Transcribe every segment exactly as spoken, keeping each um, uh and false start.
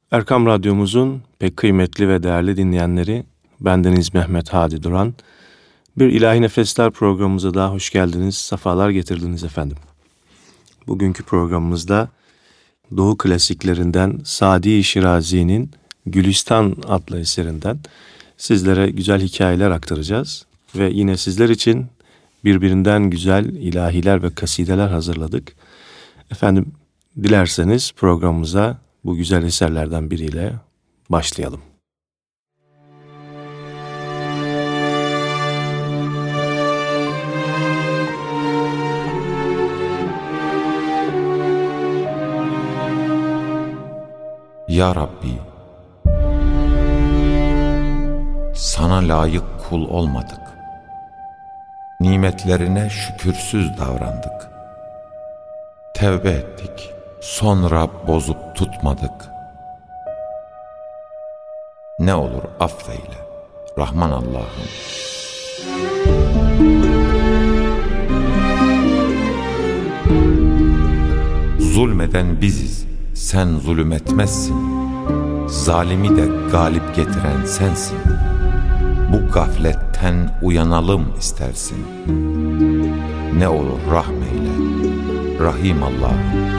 Erkam Radyomuzun pek kıymetli ve değerli dinleyenleri, bendeniz Mehmet Hadi Duran. Bir İlahi Nefesler programımıza daha hoş geldiniz, sefalar getirdiniz efendim. Bugünkü programımızda Doğu klasiklerinden Sadi Şirazi'nin Gülistan adlı eserinden sizlere güzel hikayeler aktaracağız. Ve yine sizler için birbirinden güzel ilahiler ve kasideler hazırladık. Efendim, dilerseniz programımıza bu güzel eserlerden biriyle başlayalım. Ya Rabbi, sana layık kul olmadık. Nimetlerine şükürsüz davrandık. Tevbe ettik, sonra bozup tutmadık. Ne olur affeyle, Rahman Allah'ım. Zulmeden biziz, sen zulüm etmezsin. Zalimi de galip getiren sensin. Bu gafletten uyanalım istersin. Ne olur rahmeyle, Rahim Allah'ım.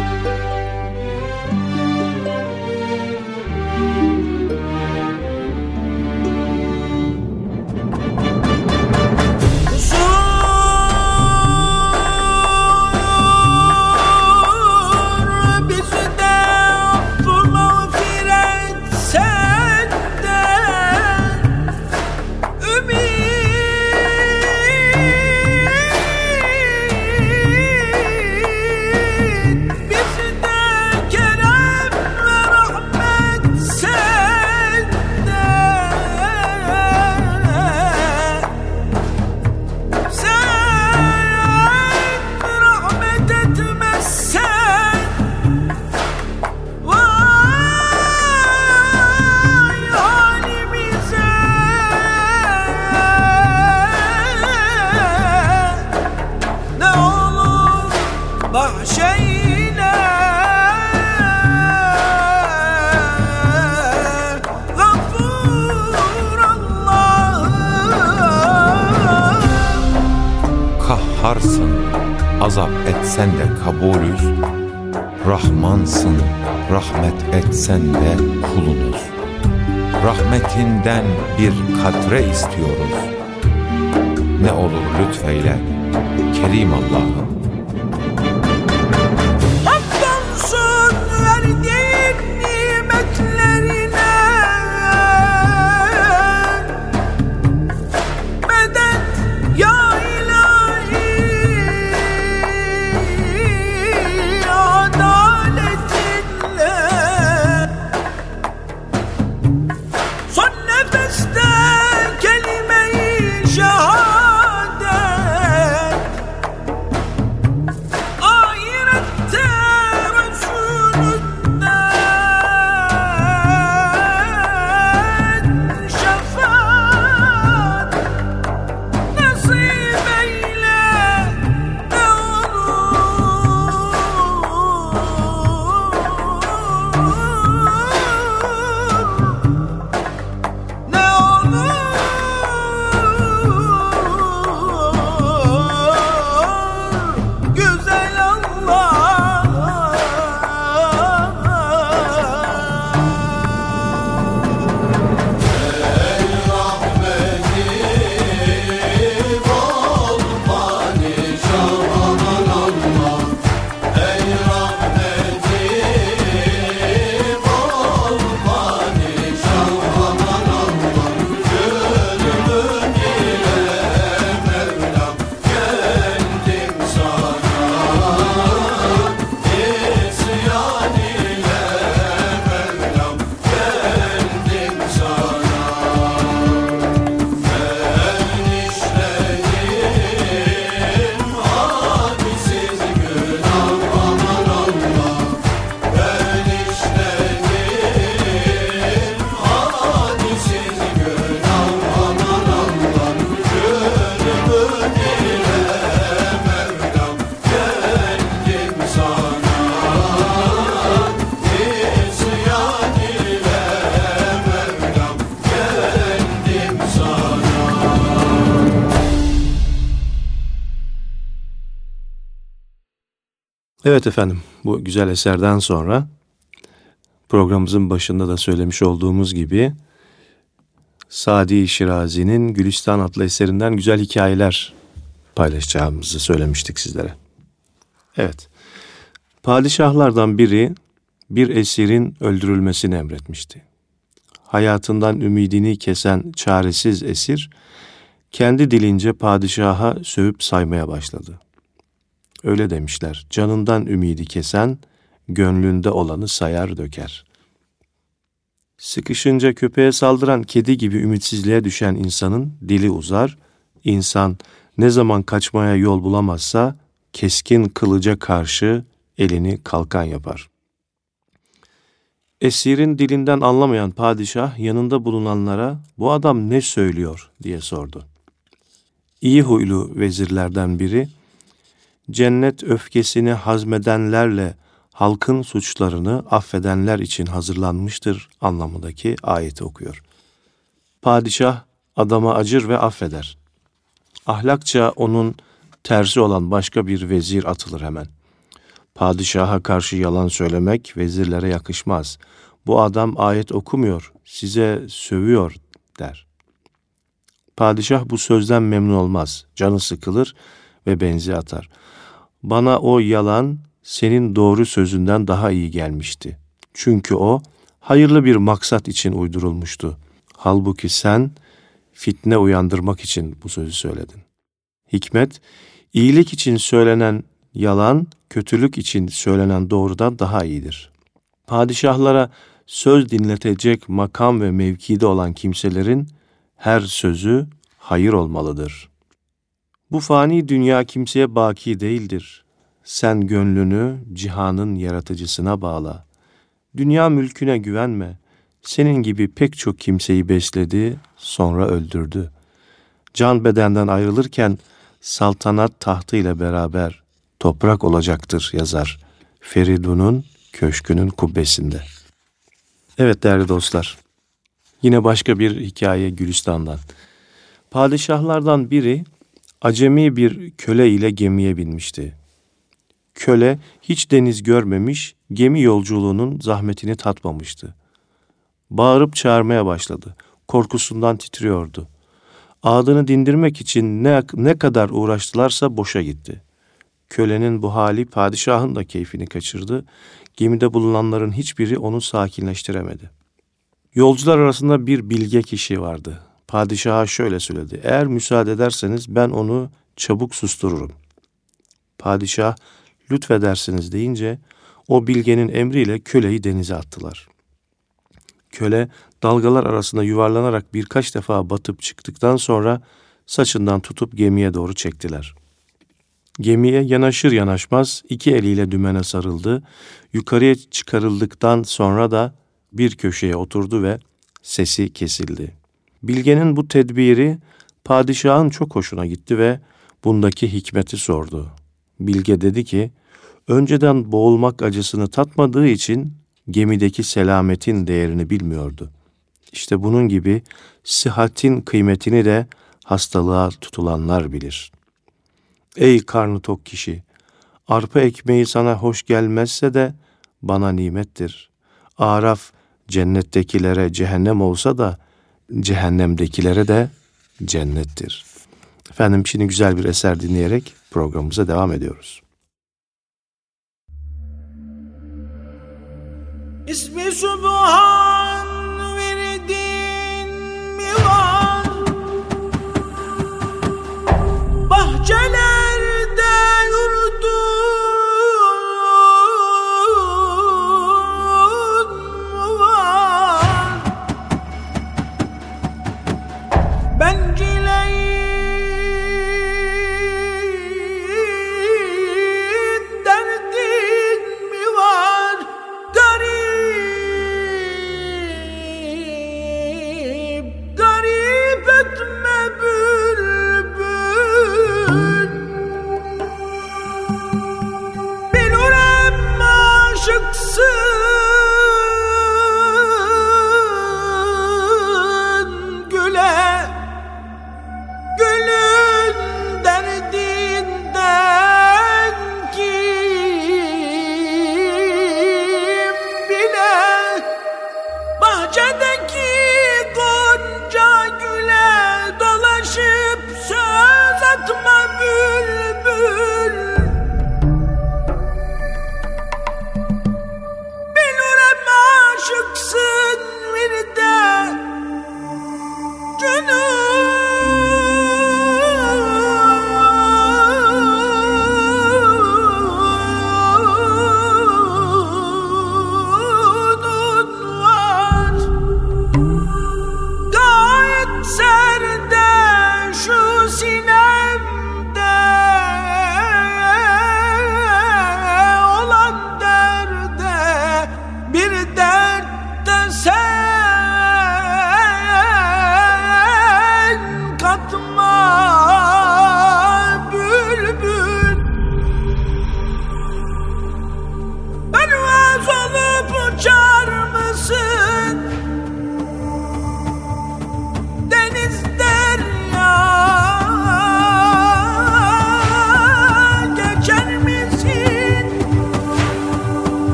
Azap etsen de kabulüz, Rahmansın, rahmet etsen de kulunuz. Rahmetinden bir katre istiyoruz. Ne olur lütfeyle, Kerim Allah'ım. Hamdolsun verdiğin nimetlerine, medet ya ahirette Resulünden Evet efendim, bu güzel eserden sonra programımızın başında da söylemiş olduğumuz gibi Sadi Şirazi'nin Gülistan adlı eserinden güzel hikayeler paylaşacağımızı söylemiştik sizlere. Evet, padişahlardan biri bir esirin öldürülmesini emretmişti. Hayatından ümidini kesen çaresiz esir, kendi dilince padişaha sövüp saymaya başladı. Öyle demişler, canından ümidi kesen, gönlünde olanı sayar döker. Sıkışınca köpeğe saldıran kedi gibi ümitsizliğe düşen insanın dili uzar, insan ne zaman kaçmaya yol bulamazsa, keskin kılıca karşı elini kalkan yapar. Esirin dilinden anlamayan padişah yanında bulunanlara bu adam ne söylüyor diye sordu. İyi huylu vezirlerden biri, cennet öfkesini hazmedenlerle halkın suçlarını affedenler için hazırlanmıştır anlamındaki ayeti okuyor. Padişah adama acır ve affeder. Ahlakça onun tersi olan başka bir vezir atılır hemen. Padişaha karşı yalan söylemek vezirlere yakışmaz. Bu adam ayet okumuyor, size sövüyor der. Padişah bu sözden memnun olmaz, canı sıkılır ve benzi atar. Bana o yalan senin doğru sözünden daha iyi gelmişti. Çünkü o hayırlı bir maksat için uydurulmuştu. Halbuki sen fitne uyandırmak için bu sözü söyledin. Hikmet, iyilik için söylenen yalan, kötülük için söylenen doğrudan daha iyidir. Padişahlara söz dinletecek makam ve mevkide olan kimselerin her sözü hayır olmalıdır. Bu fani dünya kimseye baki değildir. Sen gönlünü cihanın yaratıcısına bağla. Dünya mülküne güvenme. Senin gibi pek çok kimseyi besledi, sonra öldürdü. Can bedenden ayrılırken saltanat tahtıyla beraber toprak olacaktır yazar Feridun'un köşkünün kubbesinde. Evet değerli dostlar, yine başka bir hikaye Gülistan'dan. Padişahlardan biri acemi bir köle ile gemiye binmişti. Köle hiç deniz görmemiş, gemi yolculuğunun zahmetini tatmamıştı. Bağırıp çağırmaya başladı. Korkusundan titriyordu. Ağzını dindirmek için ne, ne kadar uğraştılarsa boşa gitti. Kölenin bu hali padişahın da keyfini kaçırdı. Gemide bulunanların hiçbiri onu sakinleştiremedi. Yolcular arasında bir bilge kişi vardı. Padişaha şöyle söyledi: eğer müsaade ederseniz ben onu çabuk sustururum. Padişah lütfedersiniz deyince o bilgenin emriyle köleyi denize attılar. Köle dalgalar arasında yuvarlanarak birkaç defa batıp çıktıktan sonra saçından tutup gemiye doğru çektiler. Gemiye yanaşır yanaşmaz iki eliyle dümene sarıldı. Yukarıya çıkarıldıktan sonra da bir köşeye oturdu ve sesi kesildi. Bilgenin bu tedbiri padişahın çok hoşuna gitti ve bundaki hikmeti sordu. Bilge dedi ki, önceden boğulmak acısını tatmadığı için gemideki selametin değerini bilmiyordu. İşte bunun gibi sıhhatin kıymetini de hastalığa tutulanlar bilir. Ey karnı tok kişi! Arpa ekmeği sana hoş gelmezse de bana nimettir. Araf cennettekilere cehennem olsa da cehennemdekilere de cennettir. Efendim şimdi güzel bir eser dinleyerek programımıza devam ediyoruz. İsmi Subhan verdin mi var? Bahçelerde yurdun mu var? Bencileyin derdin mi var? Garip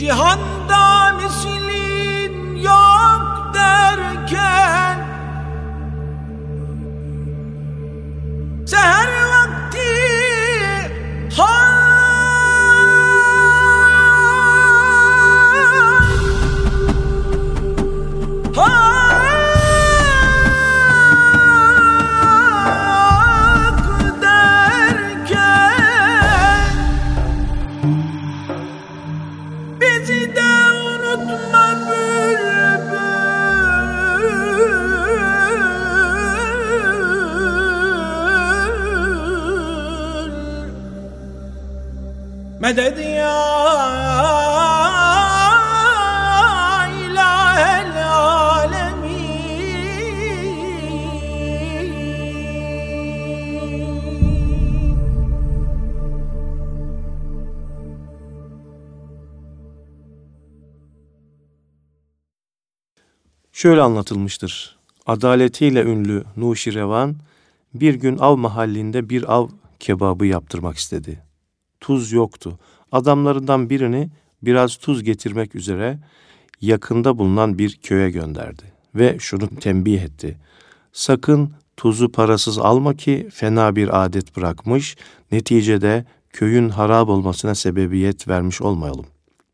cihanda mislin yok derken seher vakti hal مدد يا إله العالمين. Şöyle anlatılmıştır. Adaletiyle ünlü Nuşirevan bir gün av mahallinde bir av kebabı yaptırmak istedi. Tuz yoktu. Adamlarından birini biraz tuz getirmek üzere yakında bulunan bir köye gönderdi. Ve şunu tembih etti. Sakın tuzu parasız alma ki fena bir adet bırakmış, neticede köyün harap olmasına sebebiyet vermiş olmayalım.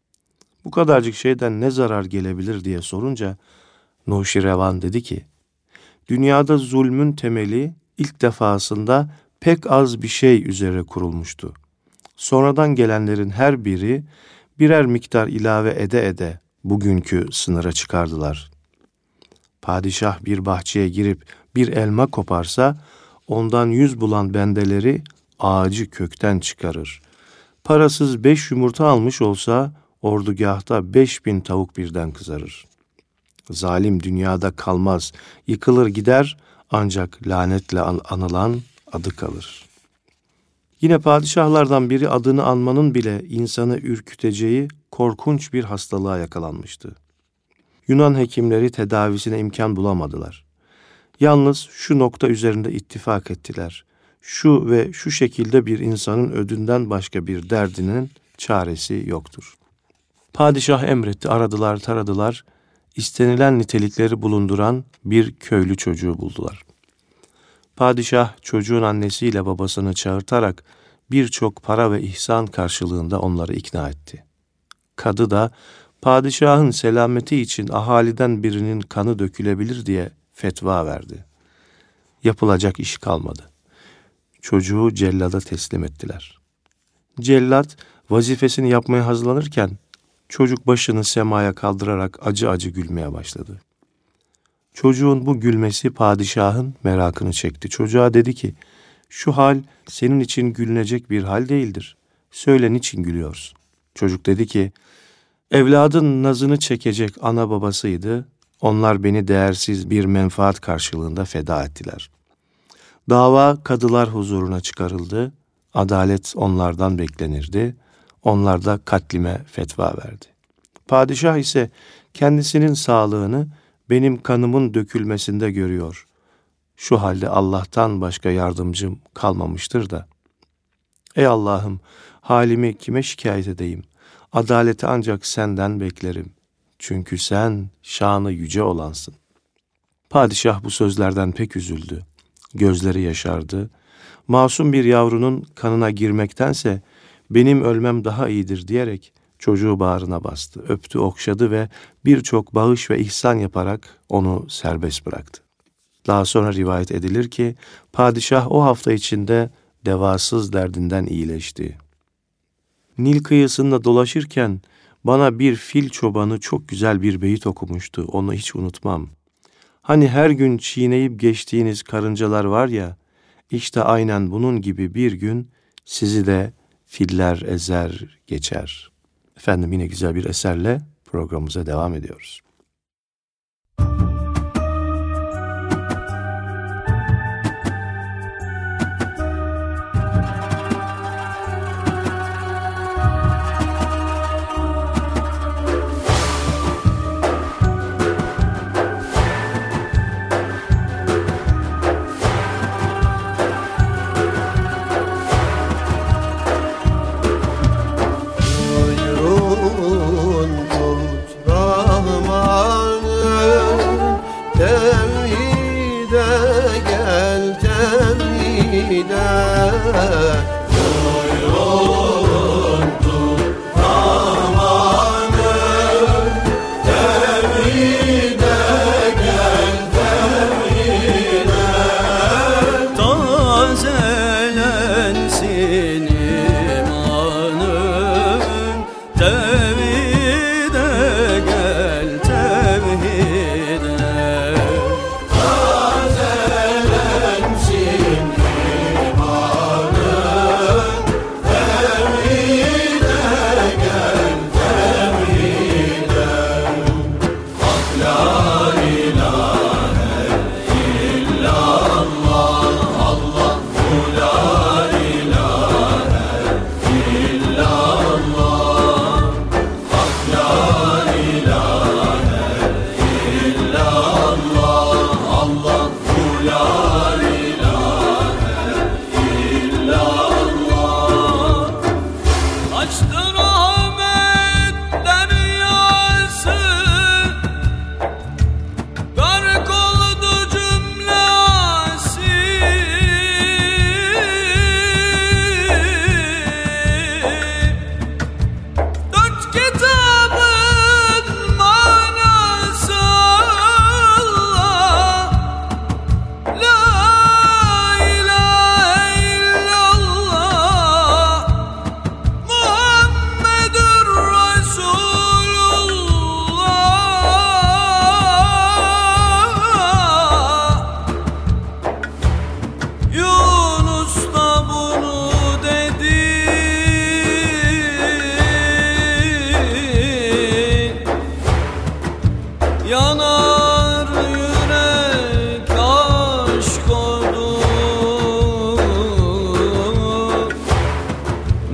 Bu kadarcık şeyden ne zarar gelebilir diye sorunca Nuşirevan dedi ki, dünyada zulmün temeli ilk defasında pek az bir şey üzere kurulmuştu. Sonradan gelenlerin her biri birer miktar ilave ede ede bugünkü sınıra çıkardılar. Padişah bir bahçeye girip bir elma koparsa ondan yüz bulan bendeleri ağacı kökten çıkarır. Parasız beş yumurta almış olsa ordugahta beş bin tavuk birden kızarır. Zalim dünyada kalmaz, yıkılır gider ancak lanetle anılan adı kalır. Yine padişahlardan biri adını anmanın bile insanı ürküteceği korkunç bir hastalığa yakalanmıştı. Yunan hekimleri tedavisine imkan bulamadılar. Yalnız şu nokta üzerinde ittifak ettiler. Şu ve şu şekilde bir insanın ödünden başka bir derdinin çaresi yoktur. Padişah emretti, aradılar, taradılar, istenilen nitelikleri bulunduran bir köylü çocuğu buldular. Padişah çocuğun annesiyle babasını çağırtarak birçok para ve ihsan karşılığında onları ikna etti. Kadı da padişahın selameti için ahaliden birinin kanı dökülebilir diye fetva verdi. Yapılacak iş kalmadı. Çocuğu cellada teslim ettiler. Cellat vazifesini yapmaya hazırlanırken çocuk başını semaya kaldırarak acı acı gülmeye başladı. Çocuğun bu gülmesi padişahın merakını çekti. Çocuğa dedi ki, şu hal senin için gülünecek bir hal değildir. Söyle niçin gülüyorsun? Çocuk dedi ki, evladın nazını çekecek ana babasıydı. Onlar beni değersiz bir menfaat karşılığında feda ettiler. Dava kadılar huzuruna çıkarıldı. Adalet onlardan beklenirdi. Onlar da katlime fetva verdi. Padişah ise kendisinin sağlığını benim kanımın dökülmesinde görüyor. Şu halde Allah'tan başka yardımcım kalmamıştır da. Ey Allah'ım, halimi kime şikayet edeyim? Adaleti ancak senden beklerim. Çünkü sen şanı yüce olansın. Padişah bu sözlerden pek üzüldü. Gözleri yaşardı. Masum bir yavrunun kanına girmektense benim ölmem daha iyidir diyerek çocuğu bağrına bastı, öptü, okşadı ve birçok bağış ve ihsan yaparak onu serbest bıraktı. Daha sonra rivayet edilir ki padişah o hafta içinde devasız derdinden iyileşti. Nil kıyısında dolaşırken bana bir fil çobanı çok güzel bir beyit okumuştu. Onu hiç unutmam. Hani her gün çiğneyip geçtiğiniz karıncalar var ya, işte aynen bunun gibi bir gün sizi de filler ezer geçer. Efendim yine güzel bir eserle programımıza devam ediyoruz.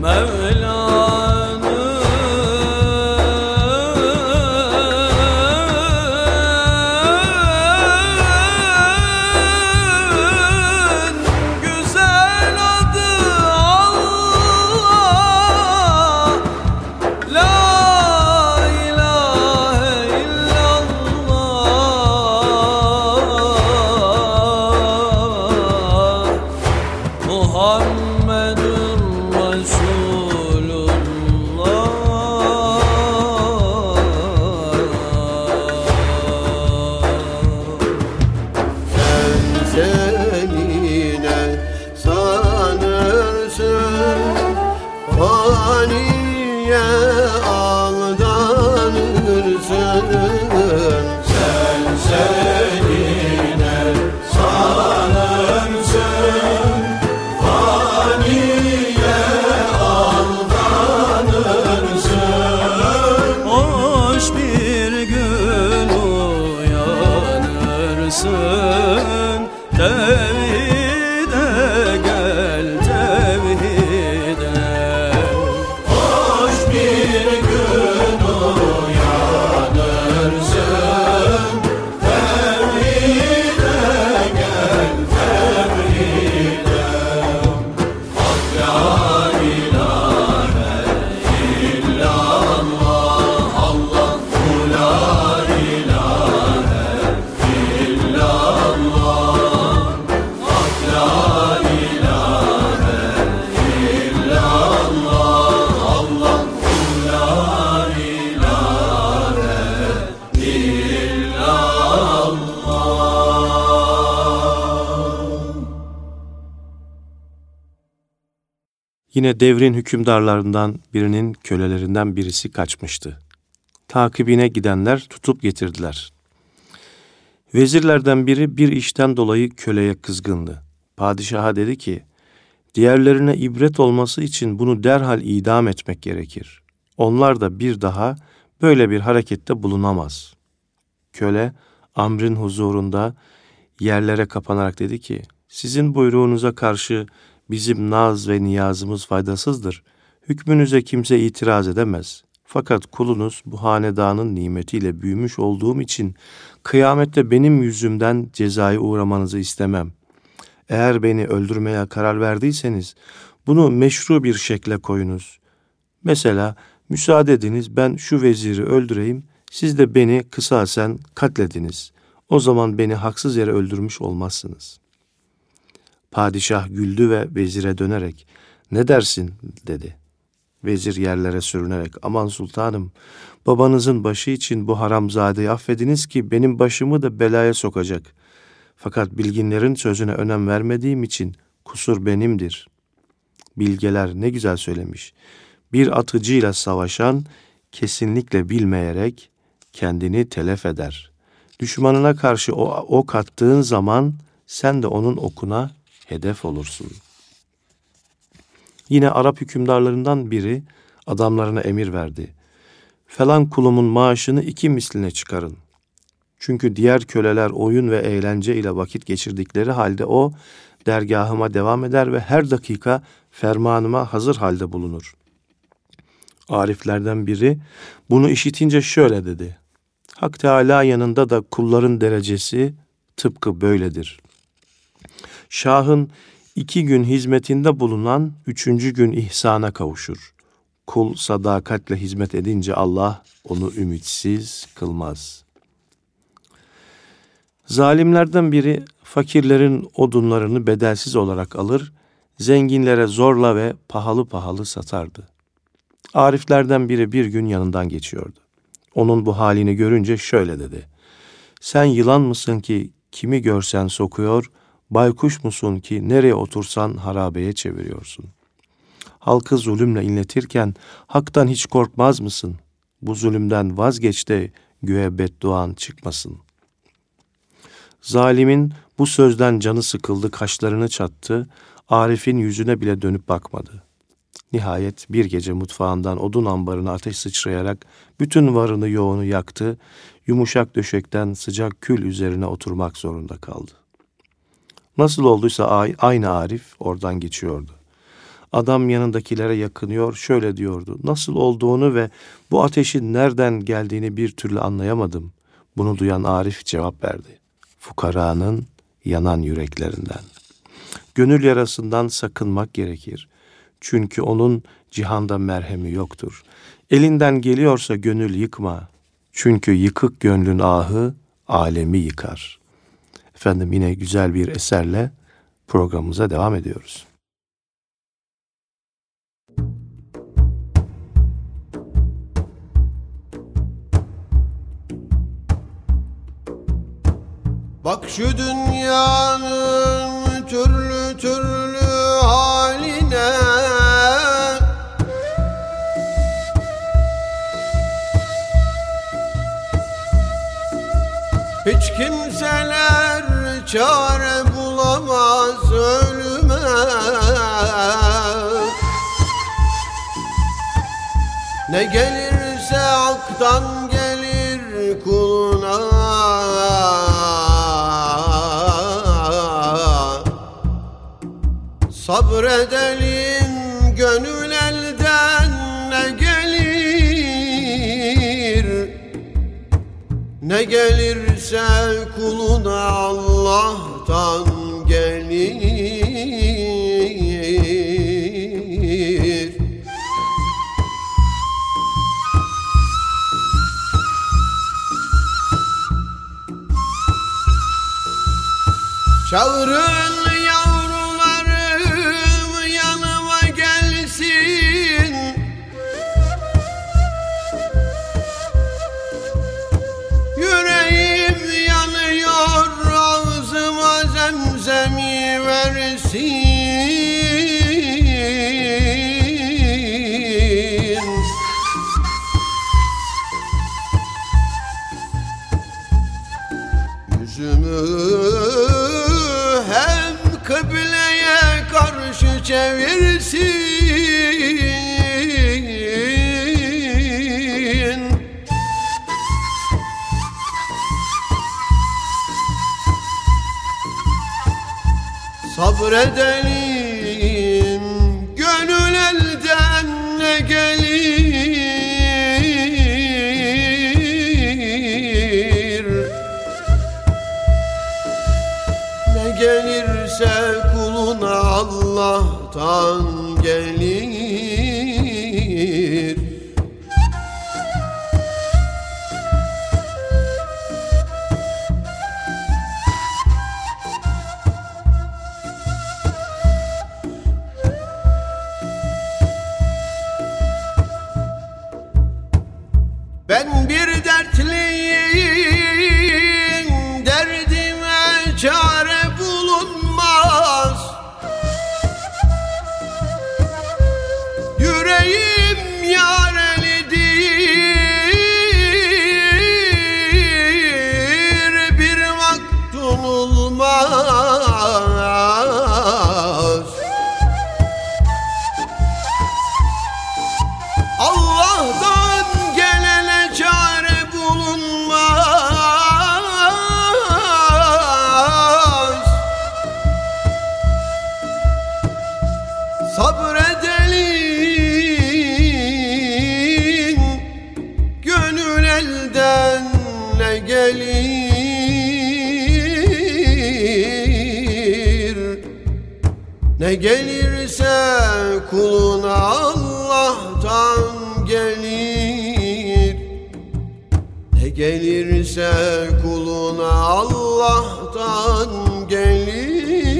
Yine devrin hükümdarlarından birinin kölelerinden birisi kaçmıştı. Takibine gidenler tutup getirdiler. Vezirlerden biri bir işten dolayı köleye kızgındı. Padişaha dedi ki, diğerlerine ibret olması için bunu derhal idam etmek gerekir. Onlar da bir daha böyle bir harekette bulunamaz. Köle, Amr'in huzurunda yerlere kapanarak dedi ki, sizin buyruğunuza karşı bizim naz ve niyazımız faydasızdır. Hükmünüze kimse itiraz edemez. Fakat kulunuz bu hanedanın nimetiyle büyümüş olduğum için kıyamette benim yüzümden cezaya uğramanızı istemem. Eğer beni öldürmeye karar verdiyseniz bunu meşru bir şekle koyunuz. Mesela müsaade ediniz ben şu veziri öldüreyim, siz de beni kısasen katlediniz. O zaman beni haksız yere öldürmüş olmazsınız. Padişah güldü ve vezire dönerek, ne dersin dedi. Vezir yerlere sürünerek, aman sultanım, babanızın başı için bu haramzadeyi affediniz ki benim başımı da belaya sokacak. Fakat bilginlerin sözüne önem vermediğim için kusur benimdir. Bilgeler ne güzel söylemiş. Bir atıcıyla savaşan kesinlikle bilmeyerek kendini telef eder. Düşmanına karşı o ok attığın zaman sen de onun okuna hedef olursun. Yine Arap hükümdarlarından biri adamlarına emir verdi. Falan kulumun maaşını iki misline çıkarın. Çünkü diğer köleler oyun ve eğlence ile vakit geçirdikleri halde o dergahıma devam eder ve her dakika fermanıma hazır halde bulunur. Ariflerden biri bunu işitince şöyle dedi. Hak Teâlâ yanında da kulların derecesi tıpkı böyledir. Şahın iki gün hizmetinde bulunan üçüncü gün ihsana kavuşur. Kul sadakatle hizmet edince Allah onu ümitsiz kılmaz. Zalimlerden biri fakirlerin odunlarını bedelsiz olarak alır, zenginlere zorla ve pahalı pahalı satardı. Ariflerden biri bir gün yanından geçiyordu. Onun bu halini görünce şöyle dedi. Sen yılan mısın ki kimi görsen sokuyor, baykuş musun ki nereye otursan harabeye çeviriyorsun? Halkı zulümle inletirken haktan hiç korkmaz mısın? Bu zulümden vazgeç de göğe bedduan çıkmasın. Zalimin bu sözden canı sıkıldı, kaşlarını çattı, Arif'in yüzüne bile dönüp bakmadı. Nihayet bir gece mutfağından odun ambarına ateş sıçrayarak bütün varını yoğunu yaktı, yumuşak döşekten sıcak kül üzerine oturmak zorunda kaldı. Nasıl olduysa aynı Arif oradan geçiyordu. Adam yanındakilere yakınıyor, şöyle diyordu: nasıl olduğunu ve bu ateşin nereden geldiğini bir türlü anlayamadım. Bunu duyan Arif cevap verdi: fukaranın yanan yüreklerinden. Gönül yarasından sakınmak gerekir. Çünkü onun cihanda merhemi yoktur. Elinden geliyorsa gönül yıkma. Çünkü yıkık gönlün ahı alemi yıkar. Efendim, yine güzel bir eserle programımıza devam ediyoruz. Bak şu dünyanın türlü türlü haline, hiç kimseler çare bulamaz ölüme. Ne gelirse haktan gelir kuluna. Sabredelim, gönül elden ne gelir, ne gelirse kuluna Allah'tan gelir. Çağırın yüzümü hem kıbleye karşı çevirsin. Sabredelim, gönül elden ne gelir, ne gelirse kuluna Allah'tan gelir. Ben bir dertliyim, derdime çare bulunmaz. Yüreğim yarelidir, bir vaktun olmaz. Allah'tan gelene çare bulunmaz. Sabredelim, gönül elden ne gelir, ne gelirse kuluna Allah'tan gelir, ne gelirse kuluna Allah'tan gelir.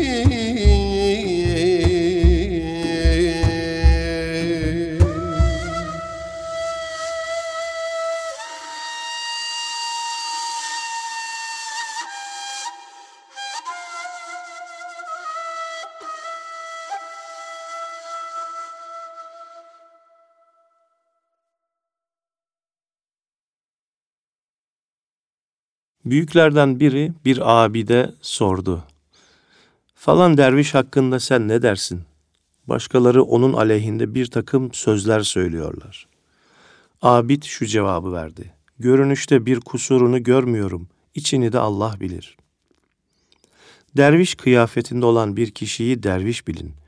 Büyüklerden biri bir abide sordu: falan derviş hakkında sen ne dersin? Başkaları onun aleyhinde bir takım sözler söylüyorlar. Abid şu cevabı verdi: görünüşte bir kusurunu görmüyorum, içini de Allah bilir. Derviş kıyafetinde olan bir kişiyi derviş bilin.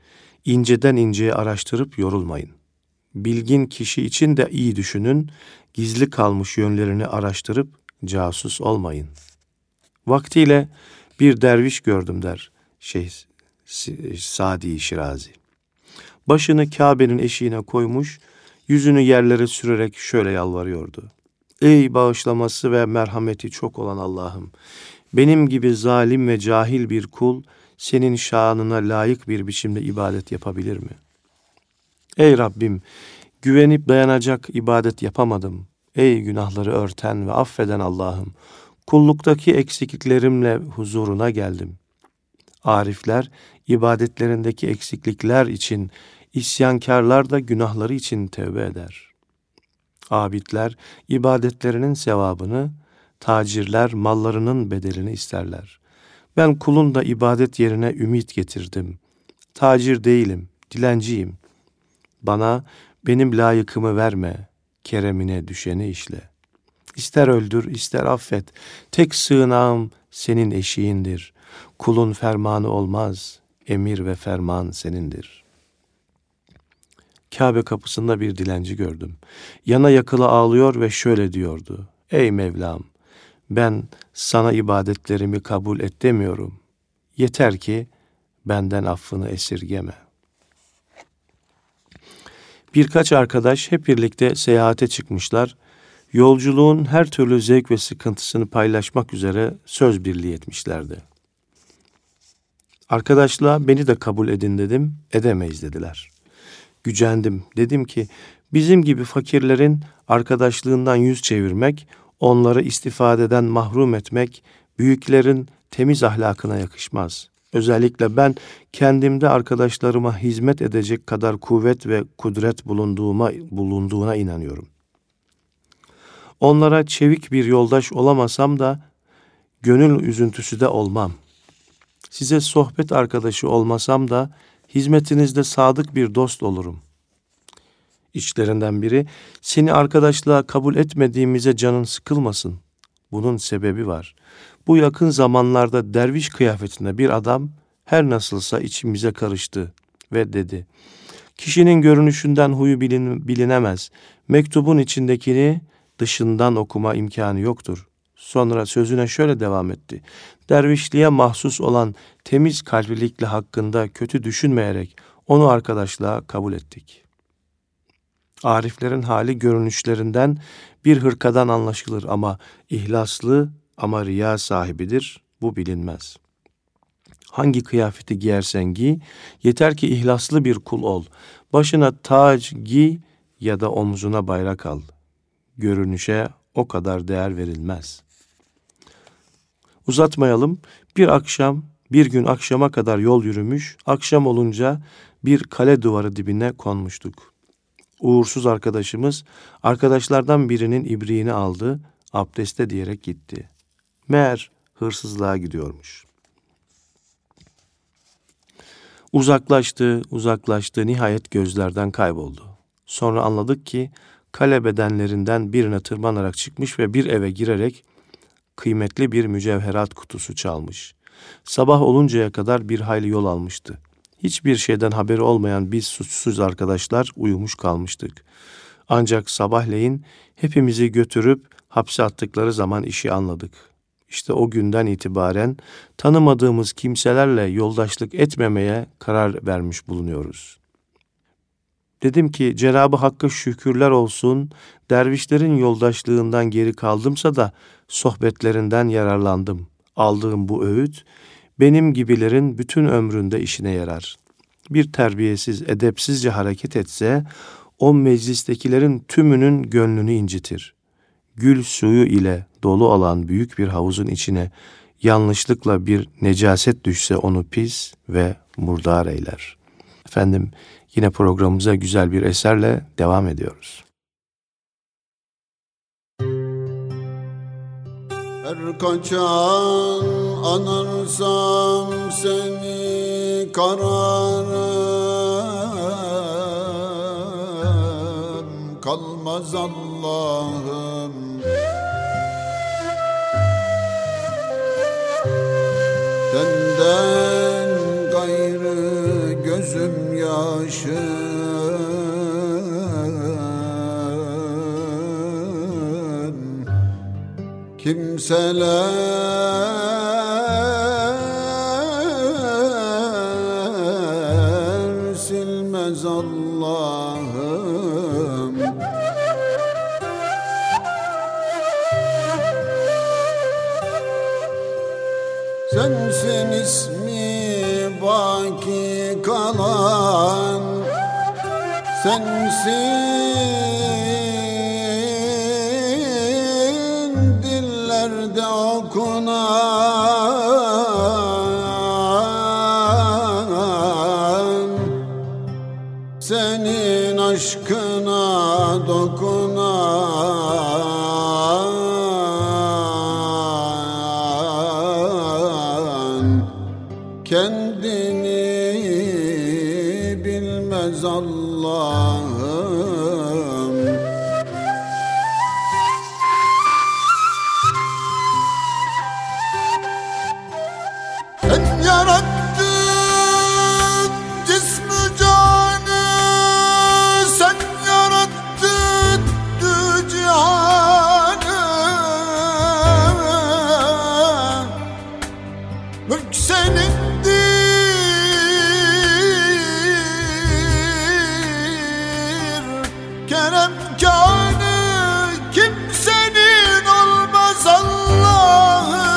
İnceden inceye araştırıp yorulmayın. Bilgin kişi için de iyi düşünün, gizli kalmış yönlerini araştırıp casus olmayın. Vaktiyle bir derviş gördüm der Şeyh Sadi Şirazi. Başını Kabe'nin eşiğine koymuş, yüzünü yerlere sürerek şöyle yalvarıyordu. Ey bağışlaması ve merhameti çok olan Allah'ım! Benim gibi zalim ve cahil bir kul, senin şanına layık bir biçimde ibadet yapabilir mi? Ey Rabbim! Güvenip dayanacak ibadet yapamadım. Ey günahları örten ve affeden Allah'ım! Kulluktaki eksikliklerimle huzuruna geldim. Arifler, ibadetlerindeki eksiklikler için, isyankarlar da günahları için tevbe eder. Abidler, ibadetlerinin sevabını, tacirler, mallarının bedelini isterler. Ben kulun da ibadet yerine ümit getirdim. Tacir değilim, dilenciyim. Bana benim layıkımı verme, keremine düşeni işle. İster öldür, ister affet. Tek sığınağım senin eşiğindir. Kulun fermanı olmaz, emir ve ferman senindir. Kabe kapısında bir dilenci gördüm. Yana yakıla ağlıyor ve şöyle diyordu. Ey Mevlam, ben sana ibadetlerimi kabul et demiyorum. Yeter ki benden affını esirgeme. Birkaç arkadaş hep birlikte seyahate çıkmışlar. Yolculuğun her türlü zevk ve sıkıntısını paylaşmak üzere söz birliği etmişlerdi. Arkadaşlığa beni de kabul edin dedim, edemeyiz dediler. Gücendim, dedim ki bizim gibi fakirlerin arkadaşlığından yüz çevirmek, onları istifadeden mahrum etmek, büyüklerin temiz ahlakına yakışmaz. Özellikle ben kendimde arkadaşlarıma hizmet edecek kadar kuvvet ve kudret bulunduğuma, bulunduğuna inanıyorum. Onlara çevik bir yoldaş olamasam da gönül üzüntüsü de olmam. Size sohbet arkadaşı olmasam da hizmetinizde sadık bir dost olurum. İçlerinden biri, seni arkadaşlığa kabul etmediğimize canın sıkılmasın. Bunun sebebi var. Bu yakın zamanlarda derviş kıyafetinde bir adam her nasılsa içimize karıştı ve dedi. Kişinin görünüşünden huyu bilin, bilinemez. Mektubun içindekini dışından okuma imkanı yoktur. Sonra sözüne şöyle devam etti. Dervişliğe mahsus olan temiz kalplilikle hakkında kötü düşünmeyerek onu arkadaşlığa kabul ettik. Ariflerin hali görünüşlerinden bir hırkadan anlaşılır ama ihlaslı ama riya sahibidir, bu bilinmez. Hangi kıyafeti giyersen giy, yeter ki ihlaslı bir kul ol. Başına tac giy ya da omzuna bayrak al. Görünüşe o kadar değer verilmez. Uzatmayalım, bir akşam, bir gün akşama kadar yol yürümüş, akşam olunca bir kale duvarı dibine konmuştuk. Uğursuz arkadaşımız, arkadaşlardan birinin ibriğini aldı, abdeste diyerek gitti. Meğer hırsızlığa gidiyormuş. Uzaklaştı, uzaklaştı, nihayet gözlerden kayboldu. Sonra anladık ki, kale bedenlerinden birine tırmanarak çıkmış ve bir eve girerek kıymetli bir mücevherat kutusu çalmış. Sabah oluncaya kadar bir hayli yol almıştı. Hiçbir şeyden haberi olmayan biz suçsuz arkadaşlar uyumuş kalmıştık. Ancak sabahleyin hepimizi götürüp hapse attıkları zaman işi anladık. İşte o günden itibaren tanımadığımız kimselerle yoldaşlık etmemeye karar vermiş bulunuyoruz. Dedim ki Cenab-ı Hakk'a şükürler olsun, dervişlerin yoldaşlığından geri kaldımsa da sohbetlerinden yararlandım. Aldığım bu öğüt, benim gibilerin bütün ömründe işine yarar. Bir terbiyesiz, edepsizce hareket etse, o meclistekilerin tümünün gönlünü incitir. Gül suyu ile dolu olan büyük bir havuzun içine yanlışlıkla bir necaset düşse onu pis ve murdar eyler. Efendim, yine programımıza güzel bir eserle devam ediyoruz. Her kaçan anarsam seni kararım kalmaz Allah'ım. Senden gayrı gözüm ya kimseler silmez Allah'ım. Sensin ismi baki kalan, sensin dillerde okunan, senin aşkına dokunan, kendini bilmez Allah'ım. Sen yarattın cismi canı, sen yarattın dü cihanı. Mülk senindir, kerem kânı kimsenin olmaz Allah'ım.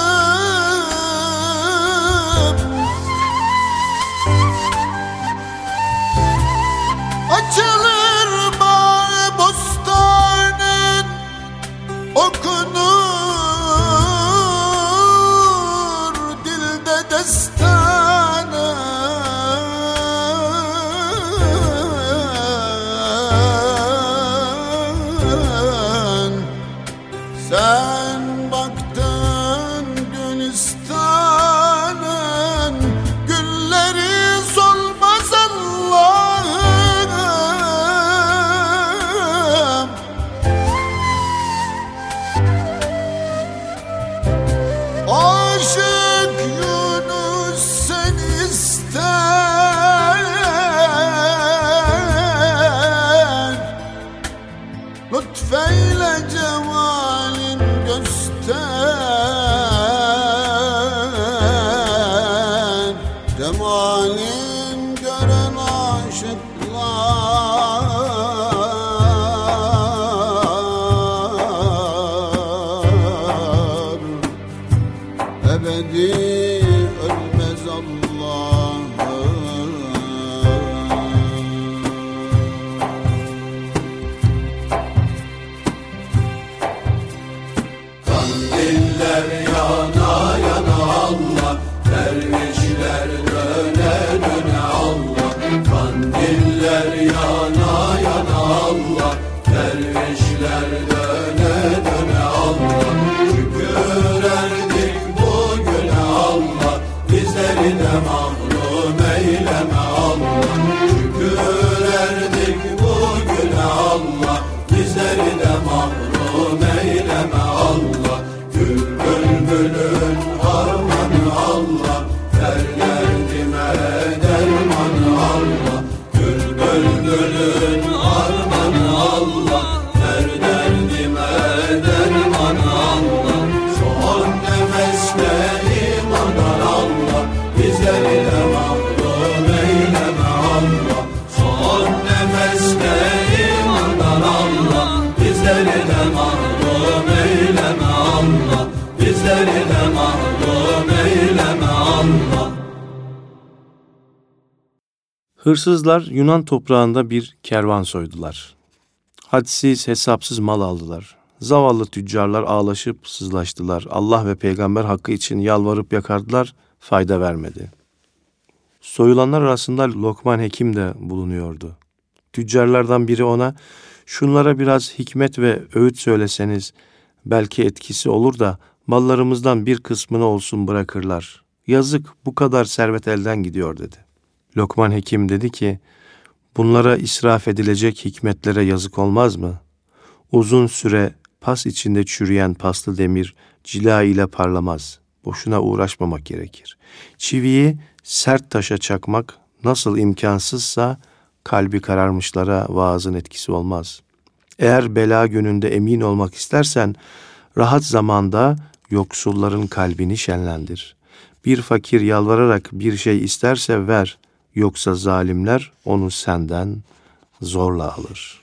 Açılır bağ bostanın, okunur dilde destanın. Sen baktın Gülistan'ın, gülleri solmaz Allah'ım. Aşık Yunus seni ister, lütfeyle cemalin göster, cemalin gören aşıklar ebedi ölmez Allah'ım. Kandiller yana yana Allah, dervişler döne döne Allah. Kandiller yana yana Allah, dervişler döne döne Allah. Şükür erdik bugüne Allah, bizleri de mahrum eyleme Allah. Şükür erdik bugüne Allah, bizleri de mahrum eyleme Allah. Gül bülbülün harmanı Allah, derlerdime dermanı Allah. Gül bülbülün harmanı Allah, derderdime dermanı Allah. Son nefeste imandan Allah, bizleri de mahrum eyleme Allah. Son nefeste imandan Allah, bizleri de mahrum eyleme Allah. Bizleri de mahrum eyleme Allah. Hırsızlar Yunan toprağında bir kervan soydular. Hadsiz hesapsız mal aldılar. Zavallı tüccarlar ağlaşıp sızlaştılar. Allah ve peygamber hakkı için yalvarıp yakardılar, fayda vermedi. Soyulanlar arasında Lokman Hekim de bulunuyordu. Tüccarlardan biri ona, şunlara biraz hikmet ve öğüt söyleseniz belki etkisi olur da mallarımızdan bir kısmını olsun bırakırlar. Yazık, bu kadar servet elden gidiyor dedi. Lokman Hekim dedi ki, bunlara israf edilecek hikmetlere yazık olmaz mı? Uzun süre pas içinde çürüyen paslı demir cila ile parlamaz. Boşuna uğraşmamak gerekir. Çiviyi sert taşa çakmak nasıl imkansızsa kalbi kararmışlara vaazın etkisi olmaz. Eğer bela gününde emin olmak istersen rahat zamanda yoksulların kalbini şenlendir. Bir fakir yalvararak bir şey isterse ver, yoksa zalimler onu senden zorla alır.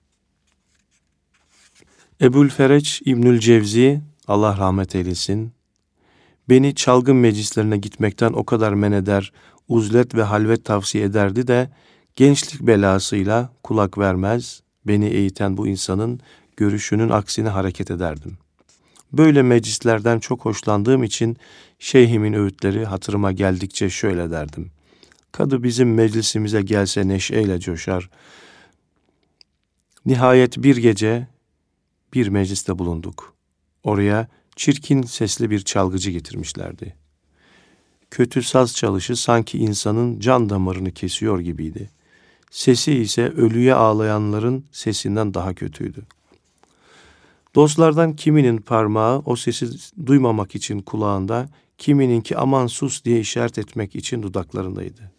Ebu'l-Fereç İbnül Cevzi, Allah rahmet eylesin, beni çalgın meclislerine gitmekten o kadar men eder, uzlet ve halvet tavsiye ederdi de gençlik belasıyla kulak vermez, beni eğiten bu insanın görüşünün aksine hareket ederdim. Böyle meclislerden çok hoşlandığım için şeyhimin öğütleri hatırıma geldikçe şöyle derdim. Kadı bizim meclisimize gelse neşeyle coşar. Nihayet bir gece bir mecliste bulunduk. Oraya çirkin sesli bir çalgıcı getirmişlerdi. Kötü saz çalışı sanki insanın can damarını kesiyor gibiydi. Sesi ise ölüye ağlayanların sesinden daha kötüydü. Dostlardan kiminin parmağı o sesi duymamak için kulağında, kimininki aman sus diye işaret etmek için dudaklarındaydı.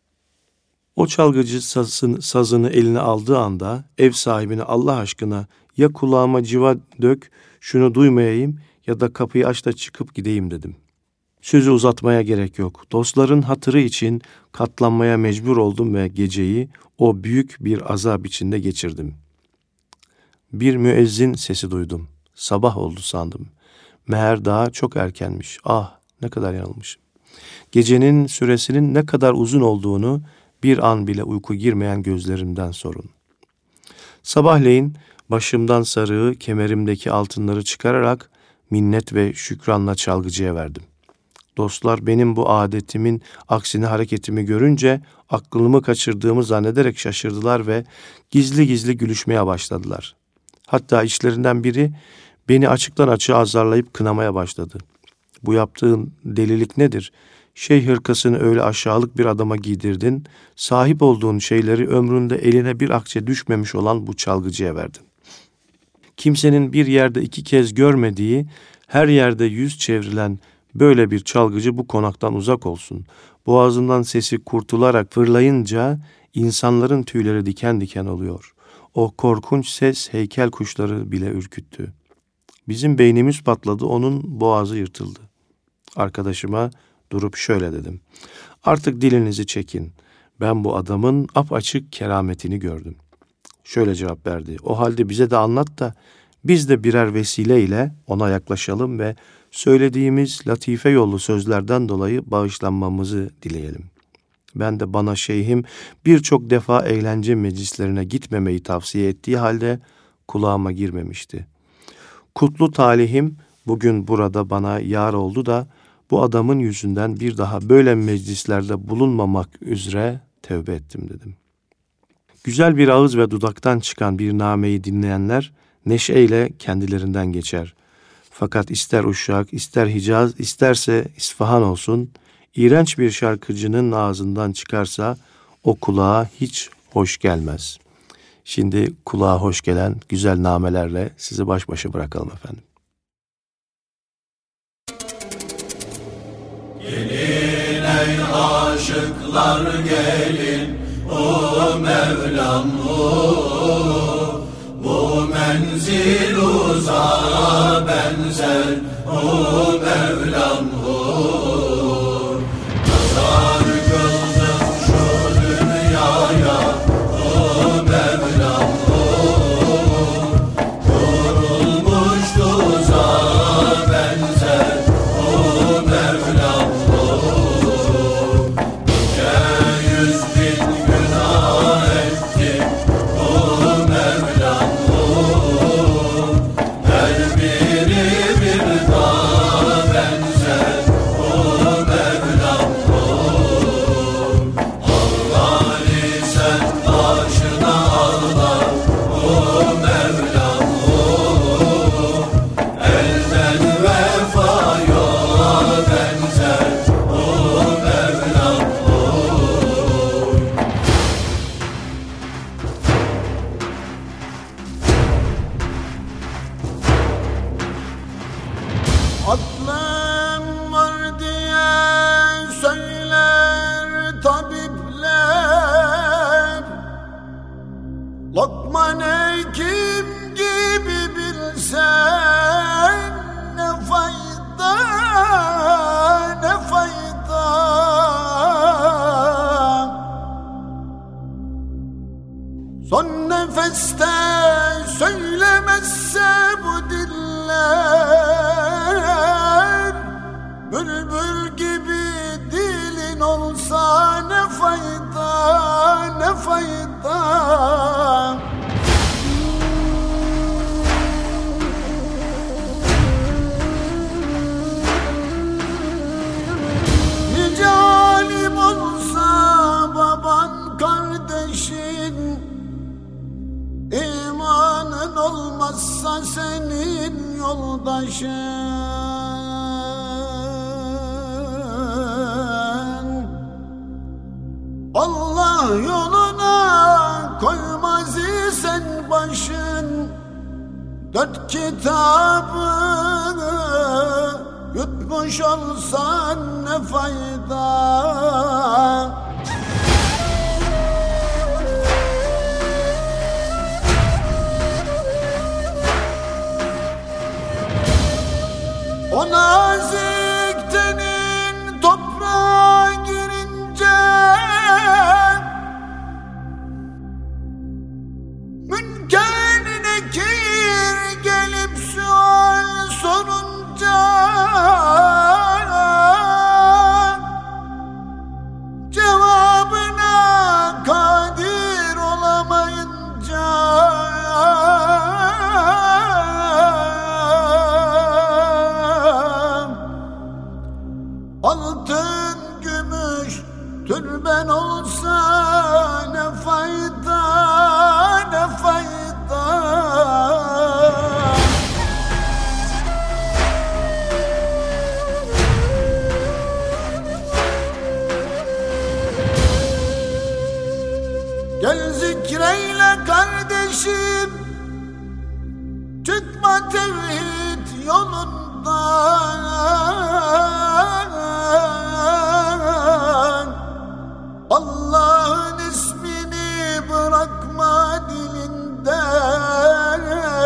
O çalgıcı sazını, sazını eline aldığı anda ev sahibine Allah aşkına ya kulağıma civa dök, şunu duymayayım ya da kapıyı aç da çıkıp gideyim dedim. Sözü uzatmaya gerek yok. Dostların hatırı için katlanmaya mecbur oldum ve geceyi o büyük bir azap içinde geçirdim. Bir müezzin sesi duydum. Sabah oldu sandım. Meğer daha çok erkenmiş. Ah, ne kadar yanılmışım. Gecenin süresinin ne kadar uzun olduğunu bir an bile uyku girmeyen gözlerimden sorun. Sabahleyin başımdan sarığı, kemerimdeki altınları çıkararak minnet ve şükranla çalgıcıya verdim. Dostlar benim bu adetimin aksine hareketimi görünce aklımı kaçırdığımı zannederek şaşırdılar ve gizli gizli gülüşmeye başladılar. Hatta içlerinden biri beni açıktan açığa azarlayıp kınamaya başladı. Bu yaptığın delilik nedir? Şeyh hırkasını öyle aşağılık bir adama giydirdin, sahip olduğun şeyleri ömründe eline bir akçe düşmemiş olan bu çalgıcıya verdin. Kimsenin bir yerde iki kez görmediği, her yerde yüz çevrilen böyle bir çalgıcı bu konaktan uzak olsun. Boğazından sesi kurtularak fırlayınca insanların tüyleri diken diken oluyor. O korkunç ses heykel kuşları bile ürküttü. Bizim beynimiz patladı, onun boğazı yırtıldı. Arkadaşıma durup şöyle dedim. Artık dilinizi çekin. Ben bu adamın apaçık kerametini gördüm. Şöyle cevap verdi. O halde bize de anlat da biz de birer vesileyle ona yaklaşalım ve söylediğimiz latife yollu sözlerden dolayı bağışlanmamızı dileyelim. Ben de bana şeyhim birçok defa eğlence meclislerine gitmemeyi tavsiye ettiği halde kulağıma girmemişti. Kutlu talihim bugün burada bana yar oldu da bu adamın yüzünden bir daha böyle meclislerde bulunmamak üzere tevbe ettim dedim. Güzel bir ağız ve dudaktan çıkan bir nameyi dinleyenler neşeyle kendilerinden geçer. Fakat ister Uşak, ister Hicaz, isterse İsfahan olsun, iğrenç bir şarkıcının ağzından çıkarsa o kulağa hiç hoş gelmez. Şimdi kulağa hoş gelen güzel namelerle sizi baş başa bırakalım efendim. Gelin ey aşıklar gelin, o Mevlam o, bu menzil uzağa benzer, o Mevlam o. Nazar kıldım şu dünyaya, o Mevlam o, kurulmuş tuzağa benzer, o Mevlam o. Yüce yüz bin günah ettim, o Mevlam o. Her biri bir dağa benzer, o kim gibi bilsen ne fayda, ne fayda. Son nefeste söylemezse bu diller, bülbül gibi dilin olsa ne fayda, ne fayda. Nice alim olsa baban kardeşin, İmanın olmazsa senin yoldaşın. Allah yoluna koymaz isen başın, dört kitabını yutmuş olsan ne fayda. O nazik tenin toprağa girince, Münker Nekir gelip sual sorunca, cevabına kadir olamayınca, altın gümüş türben olsa ne fayda, ne fayda. Gel zikreyle kardeşim, çıkma tevhid yolundan. Allah'ın ismini bırakma dilinden.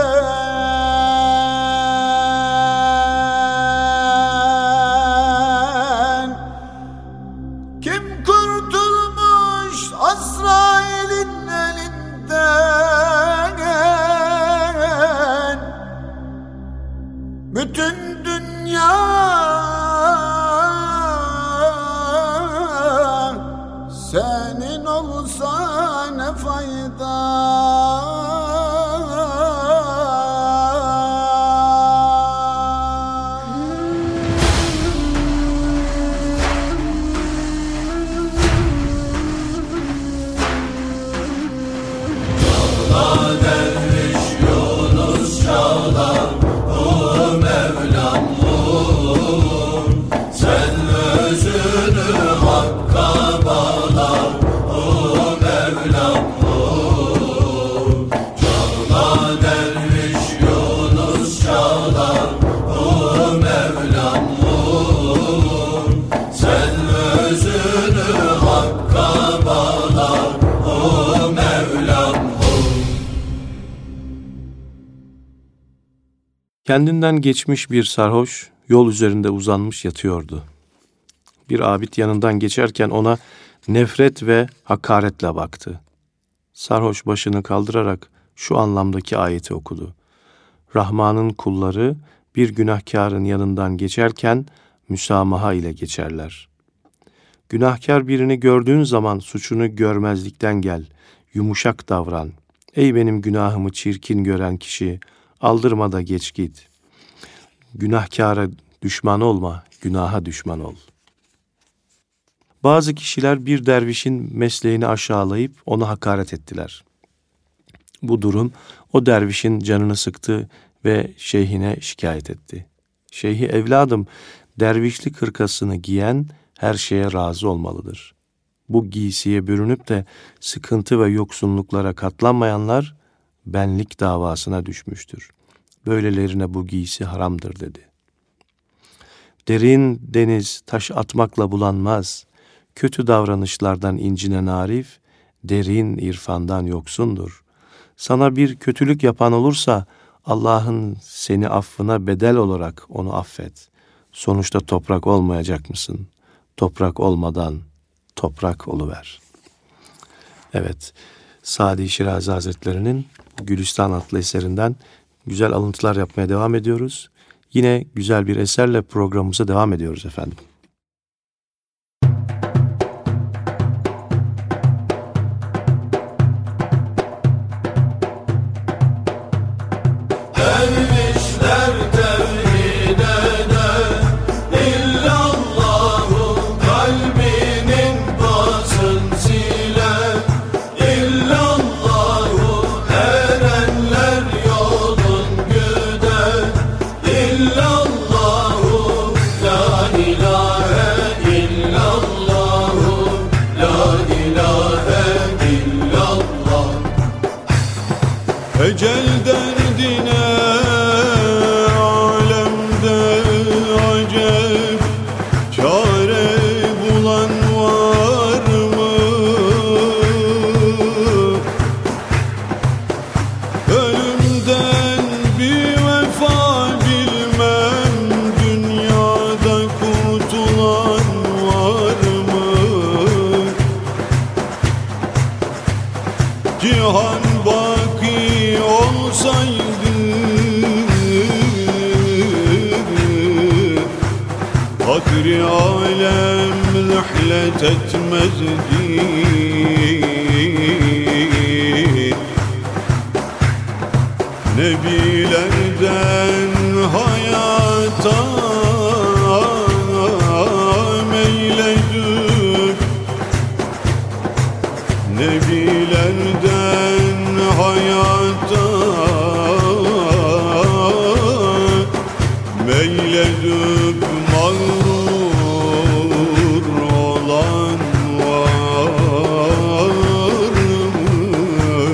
Kim kurtulmuş Azrail'in elinden? Bütün dünya senin olsa ne fayda. Çağla derviş Yunus çağla, o Mevlam vur. Sen özünü Hakk'a bağla, o Mevlam vur. Çağla derviş Yunus çağla, o Mevlam vur. Sen özünü Hakk'a bağla, o Mevlam vur. Kendinden geçmiş bir sarhoş yol üzerinde uzanmış yatıyordu. Bir abid yanından geçerken ona nefret ve hakaretle baktı. Sarhoş başını kaldırarak şu anlamdaki ayeti okudu. Rahman'ın kulları bir günahkarın yanından geçerken müsamaha ile geçerler. Günahkar birini gördüğün zaman suçunu görmezlikten gel, yumuşak davran. Ey benim günahımı çirkin gören kişi, aldırma da geç git. Günahkara düşman olma, günaha düşman ol. Bazı kişiler bir dervişin mesleğini aşağılayıp ona hakaret ettiler. Bu durum o dervişin canını sıktı ve şeyhine şikayet etti. Şeyhi, evladım, dervişlik hırkasını giyen her şeye razı olmalıdır. Bu giysiye bürünüp de sıkıntı ve yoksunluklara katlanmayanlar benlik davasına düşmüştür. Böylelerine bu giysi haramdır dedi. Derin deniz taş atmakla bulanmaz. Kötü davranışlardan incinen arif, derin irfandan yoksundur. Sana bir kötülük yapan olursa Allah'ın seni affına bedel olarak onu affet. Sonuçta toprak olmayacak mısın? Toprak olmadan toprak oluver. Evet, Sadi Şirazi Hazretleri'nin Gülistan adlı eserinden güzel alıntılar yapmaya devam ediyoruz. Yine güzel bir eserle programımıza devam ediyoruz efendim. Ermişler tevhid eder, illallahu kalbinin pasın siler. İllallahu erenler yolun güder. İllallahu la ilahe illallahu, la ilahe illallah. Ecel derdine alemde acep çare bulan var mı? Ölümden bir vefa bilmem, dünyada kurtulan var mı? Cihan baki olsaydı fakri alem rihlet etmezdi. Nebilerden hayata meyledip, Nebilerden hayata meyledip mağrur olan var mı?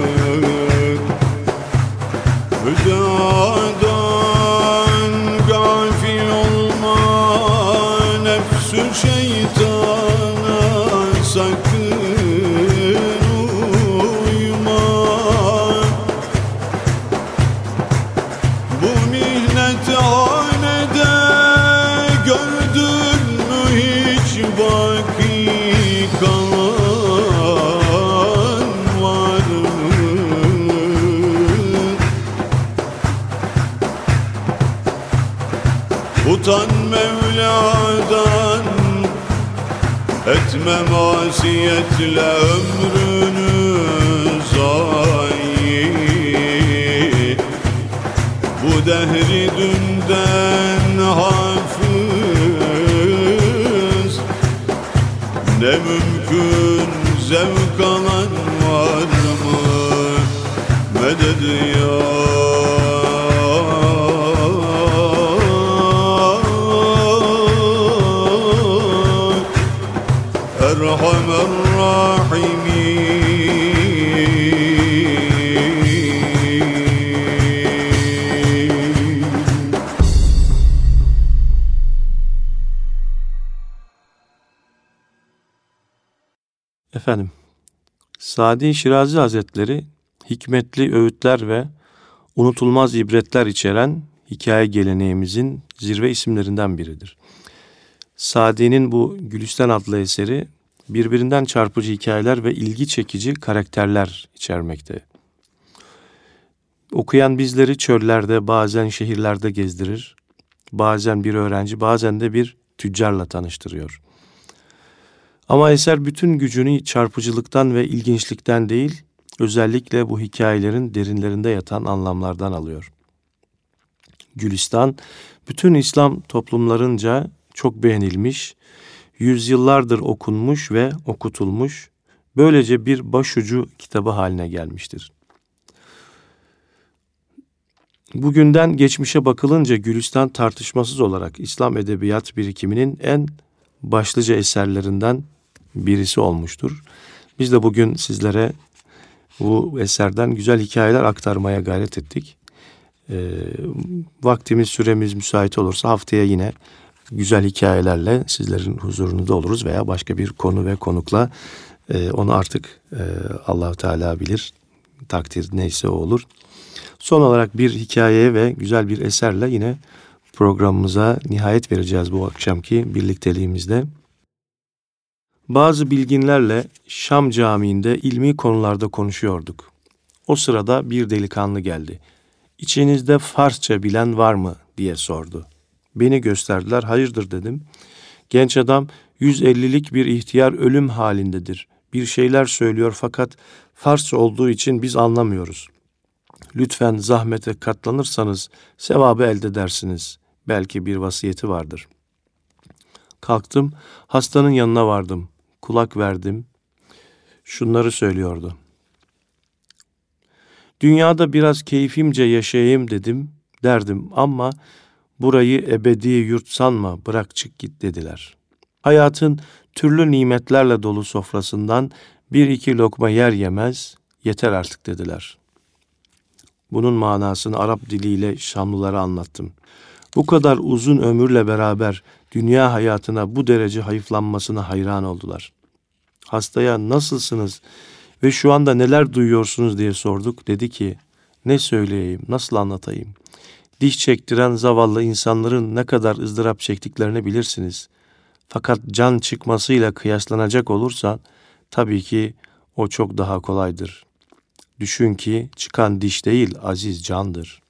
Hüdadan gafil olma, nefsü şeytana sakın uyma. Bu mihnethanede gördün mü hiç baki kalan var mı? Utan Mevla'dan, etme masiyetle ömrünü zayi. Bu dehri dünden hafız, ne mümkün zevk alan var mı? Medet ya Erhamer Rahimin. Efendim, Sadi Şirazi Hazretleri hikmetli öğütler ve unutulmaz ibretler içeren hikaye geleneğimizin zirve isimlerinden biridir. Sadi'nin bu Gülistan adlı eseri birbirinden çarpıcı hikayeler ve ilgi çekici karakterler içermekte. Okuyan bizleri çöllerde, bazen şehirlerde gezdirir, bazen bir öğrenci, bazen de bir tüccarla tanıştırıyor. Ama eser bütün gücünü çarpıcılıktan ve ilginçlikten değil, özellikle bu hikayelerin derinlerinde yatan anlamlardan alıyor. Gülistan, bütün İslam toplumlarınca çok beğenilmiş, yüzyıllardır okunmuş ve okutulmuş, böylece bir başucu kitabı haline gelmiştir. Bugünden geçmişe bakılınca Gülistan tartışmasız olarak İslam edebiyat birikiminin en başlıca eserlerinden birisi olmuştur. Biz de bugün sizlere bu eserden güzel hikayeler aktarmaya gayret ettik. Ee, vaktimiz, süremiz müsait olursa haftaya yine güzel hikayelerle sizlerin huzurunda oluruz veya başka bir konu ve konukla e, onu artık e, Allah-u Teala bilir, takdir neyse o olur. Son olarak bir hikayeye ve güzel bir eserle yine programımıza nihayet vereceğiz bu akşamki birlikteliğimizde. Bazı bilginlerle Şam Camii'nde ilmi konularda konuşuyorduk. O sırada bir delikanlı geldi. "İçinizde Farsça bilen var mı?" diye sordu. Beni gösterdiler, hayırdır dedim. Genç adam, yüz ellilik bir ihtiyar ölüm halindedir. Bir şeyler söylüyor fakat Farsça olduğu için biz anlamıyoruz. Lütfen zahmete katlanırsanız sevabı elde edersiniz. Belki bir vasiyeti vardır. Kalktım, hastanın yanına vardım. Kulak verdim. Şunları söylüyordu. Dünyada biraz keyfimce yaşayayım dedim, derdim ama burayı ebedi yurt sanma, bırak çık git dediler. Hayatın türlü nimetlerle dolu sofrasından bir iki lokma yer yemez, yeter artık dediler. Bunun manasını Arap diliyle Şamlılara anlattım. Bu kadar uzun ömürle beraber dünya hayatına bu derece hayıflanmasına hayran oldular. Hastaya nasılsınız ve şu anda neler duyuyorsunuz diye sorduk. Dedi ki, ne söyleyeyim, nasıl anlatayım? Diş çektiren zavallı insanların ne kadar ızdırap çektiklerini bilirsiniz. Fakat can çıkmasıyla kıyaslanacak olursa tabii ki o çok daha kolaydır. Düşün ki çıkan diş değil, aziz candır.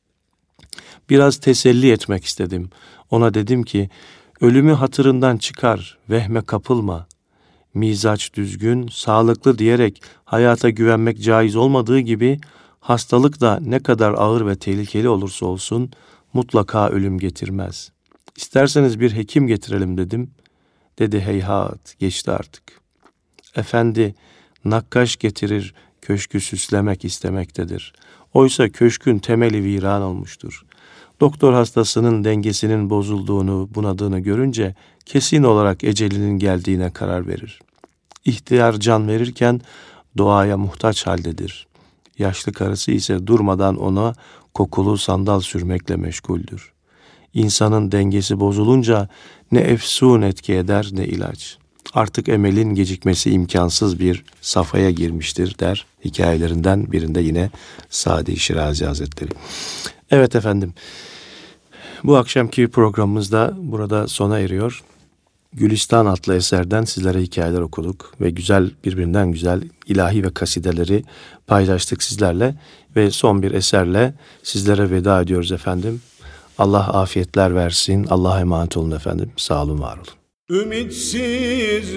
Biraz teselli etmek istedim. Ona dedim ki, ölümü hatırından çıkar, vehme kapılma. Mizaç düzgün, sağlıklı diyerek hayata güvenmek caiz olmadığı gibi, hastalık da ne kadar ağır ve tehlikeli olursa olsun mutlaka ölüm getirmez. İsterseniz bir hekim getirelim dedim. Dedi heyhat, geçti artık. Efendi, nakkaş getirir, köşkü süslemek istemektedir. Oysa köşkün temeli viran olmuştur. Doktor hastasının dengesinin bozulduğunu, bunadığını görünce kesin olarak ecelinin geldiğine karar verir. İhtiyar can verirken doğaya muhtaç haldedir. Yaşlı karısı ise durmadan ona kokulu sandal sürmekle meşguldür. İnsanın dengesi bozulunca ne efsun etki eder ne ilaç. Artık emelin gecikmesi imkansız bir safhaya girmiştir der hikayelerinden birinde yine Sadi Şirazi Hazretleri. Evet efendim, bu akşamki programımız da burada sona eriyor. Gülistan adlı eserden sizlere hikayeler okuduk ve güzel, birbirinden güzel ilahi ve kasideleri paylaştık sizlerle ve son bir eserle sizlere veda ediyoruz efendim. Allah afiyetler versin. Allah'a emanet olun efendim. Sağ olun, var olun. Ümitsiz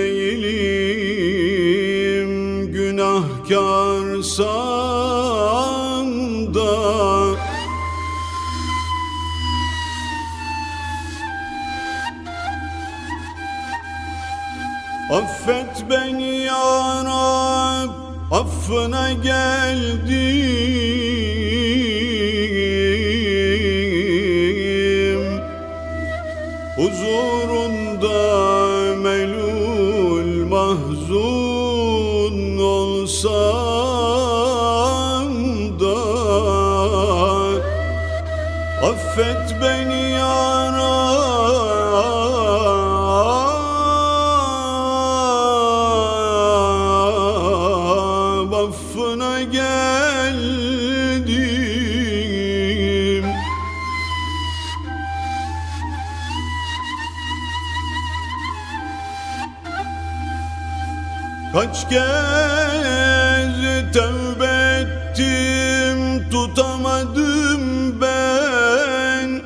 değilim, günahkarsam da affet beni ya Rab, affına geldim. Huzurunda melul mahzun olsam da affet beni ya Rab, affına geldim. Kaç kez tövbe ettim, tutamadım ben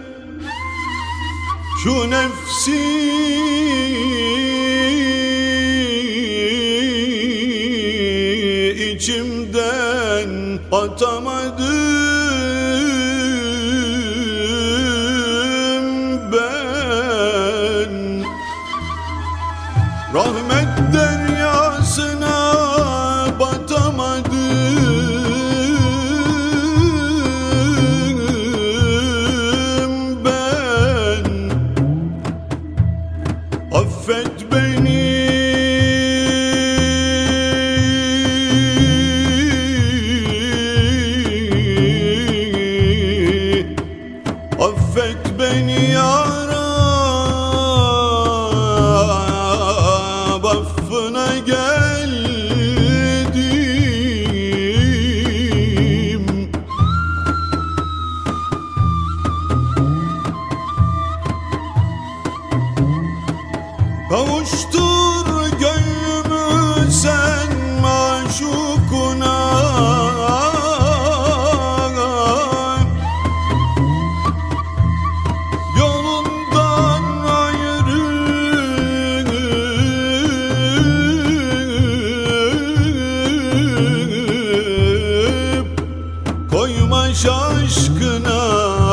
şu nefsi içimden atamadım ben. Rahmet deryasına batamadım ben. Affet beni Kavuştur gönlümü sen maşukuna. Yolundan ayırıp koyma şaşkına.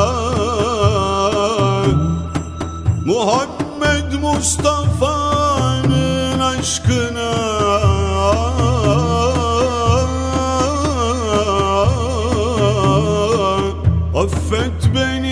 Muhammed Mustafa'nın aşkına. Affet beni